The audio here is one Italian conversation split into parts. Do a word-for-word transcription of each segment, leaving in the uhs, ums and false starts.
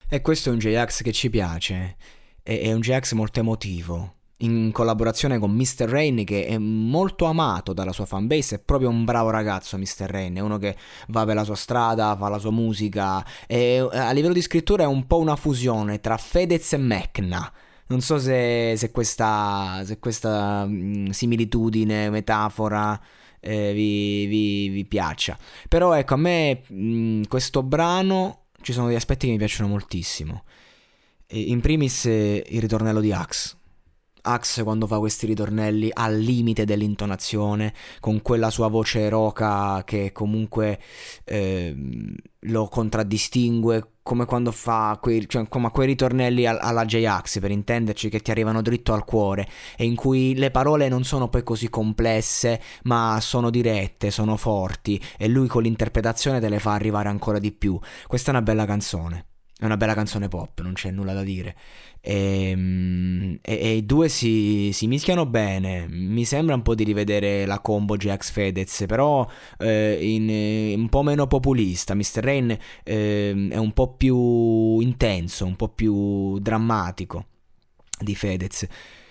E questo è un J-Ax che ci piace, è, è un J-Ax molto emotivo, in collaborazione con mister Rain che è molto amato dalla sua fanbase, è proprio un bravo ragazzo mister Rain, è uno che va per la sua strada, fa la sua musica, e a livello di scrittura è un po' una fusione tra Fedez e Mecna. Non so se, se questa, se questa mm, similitudine, metafora eh, vi, vi, vi piaccia. Però ecco, a me mh, questo brano ci sono degli aspetti che mi piacciono moltissimo. E in primis eh, il ritornello di Axe. Axe quando fa questi ritornelli al limite dell'intonazione, con quella sua voce roca che comunque ehm, lo contraddistingue, come quando fa quei, cioè, come quei ritornelli al- alla J-Ax, per intenderci, che ti arrivano dritto al cuore e in cui le parole non sono poi così complesse, ma sono dirette, sono forti e lui con l'interpretazione te le fa arrivare ancora di più. Questa è una bella canzone. È una bella canzone pop, non c'è nulla da dire. E, e- e i due si, si mischiano bene. Mi sembra un po' di rivedere la combo J-Ax Fedez, però eh, in, eh, un po' meno populista. mister Rain eh, è un po' più intenso, un po' più drammatico di Fedez.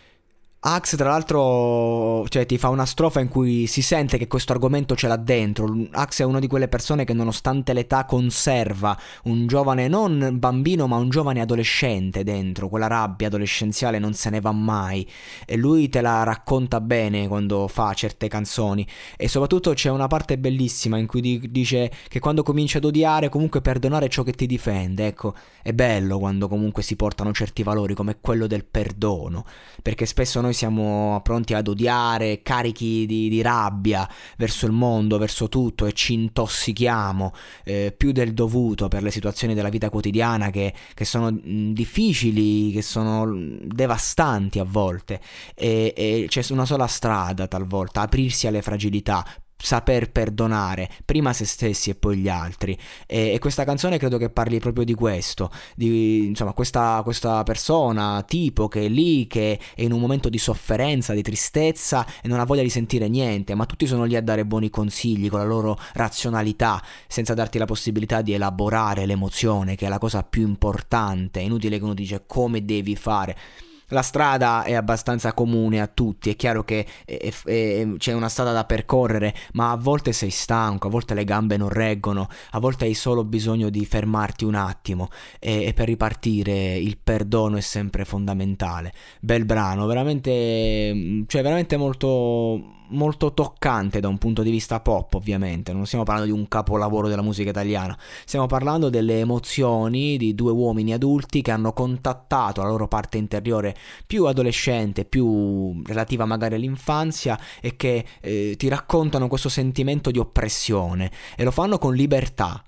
Axe tra l'altro, cioè, ti fa una strofa in cui si sente che questo argomento ce l'ha dentro. Axe è una di quelle persone che nonostante l'età conserva un giovane, non bambino ma un giovane adolescente dentro, quella rabbia adolescenziale non se ne va mai e lui te la racconta bene quando fa certe canzoni. E soprattutto c'è una parte bellissima in cui di- dice che quando cominci ad odiare comunque perdonare ciò che ti difende. Ecco, è bello quando comunque si portano certi valori come quello del perdono, perché spesso noi siamo pronti ad odiare, carichi di, di rabbia verso il mondo, verso tutto e ci intossichiamo eh, più del dovuto per le situazioni della vita quotidiana che, che sono mh, difficili, che sono mh, devastanti a volte e, e c'è una sola strada talvolta, aprirsi alle fragilità, saper perdonare prima se stessi e poi gli altri e, e questa canzone credo che parli proprio di questo, di insomma questa, questa persona tipo che è lì, che è in un momento di sofferenza, di tristezza e non ha voglia di sentire niente, ma tutti sono lì a dare buoni consigli con la loro razionalità senza darti la possibilità di elaborare l'emozione, che è la cosa più importante. È inutile che uno dice come devi fare. La strada è abbastanza comune a tutti, è chiaro che è- è- è- c'è una strada da percorrere, ma a volte sei stanco, a volte le gambe non reggono, a volte hai solo bisogno di fermarti un attimo e, e per ripartire il perdono è sempre fondamentale. Bel brano, veramente, cioè veramente molto, molto toccante da un punto di vista pop, ovviamente. Non stiamo parlando di un capolavoro della musica italiana, stiamo parlando delle emozioni di due uomini adulti che hanno contattato la loro parte interiore più adolescente, più relativa magari all'infanzia e che eh, ti raccontano questo sentimento di oppressione e lo fanno con libertà.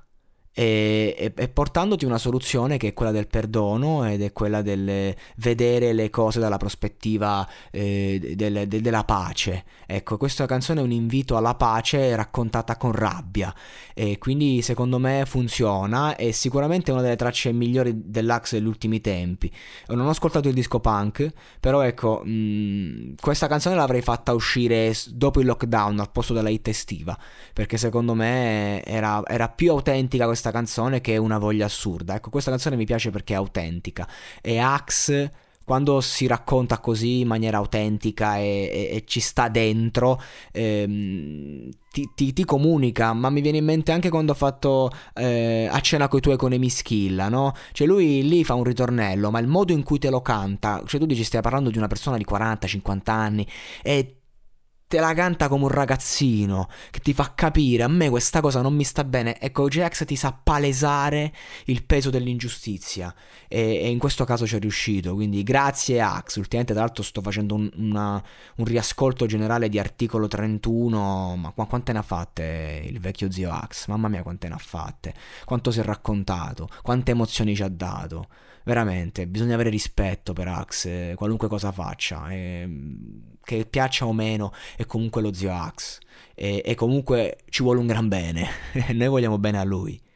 E, e- e portandoti una soluzione che è quella del perdono ed è quella del vedere le cose dalla prospettiva eh, del- de- della pace. Ecco, questa canzone è un invito alla pace raccontata con rabbia e quindi secondo me funziona, è sicuramente una delle tracce migliori dell'Axe degli ultimi tempi. Non ho ascoltato il disco punk, però ecco, mh, questa canzone l'avrei fatta uscire s- dopo il lockdown al posto della hit estiva, perché secondo me era, era più autentica questa canzone che una voglia assurda. Ecco, questa canzone mi piace perché è autentica e Axe quando si racconta così in maniera autentica e, e- e ci sta dentro, ehm, ti, ti- ti comunica. Ma mi viene in mente anche quando ho fatto eh, A cena coi tuoi con Emischilla, no? Cioè lui lì fa un ritornello, ma il modo in cui te lo canta, cioè tu dici stai parlando di una persona di quaranta cinquanta anni e te la canta come un ragazzino che ti fa capire a me questa cosa non mi sta bene. Ecco, J-Ax ti sa palesare il peso dell'ingiustizia e, e in questo caso ci è riuscito, quindi grazie Ax. Ultimamente tra l'altro sto facendo un, una- un riascolto generale di Articolo trentuno, ma qu- quante ne ha fatte il vecchio zio Ax, mamma mia quante ne ha fatte, quanto si è raccontato, quante emozioni ci ha dato. Veramente, bisogna avere rispetto per Ax, eh, qualunque cosa faccia, eh, che piaccia o meno, è comunque lo zio Ax. E, e comunque ci vuole un gran bene. Noi vogliamo bene a lui.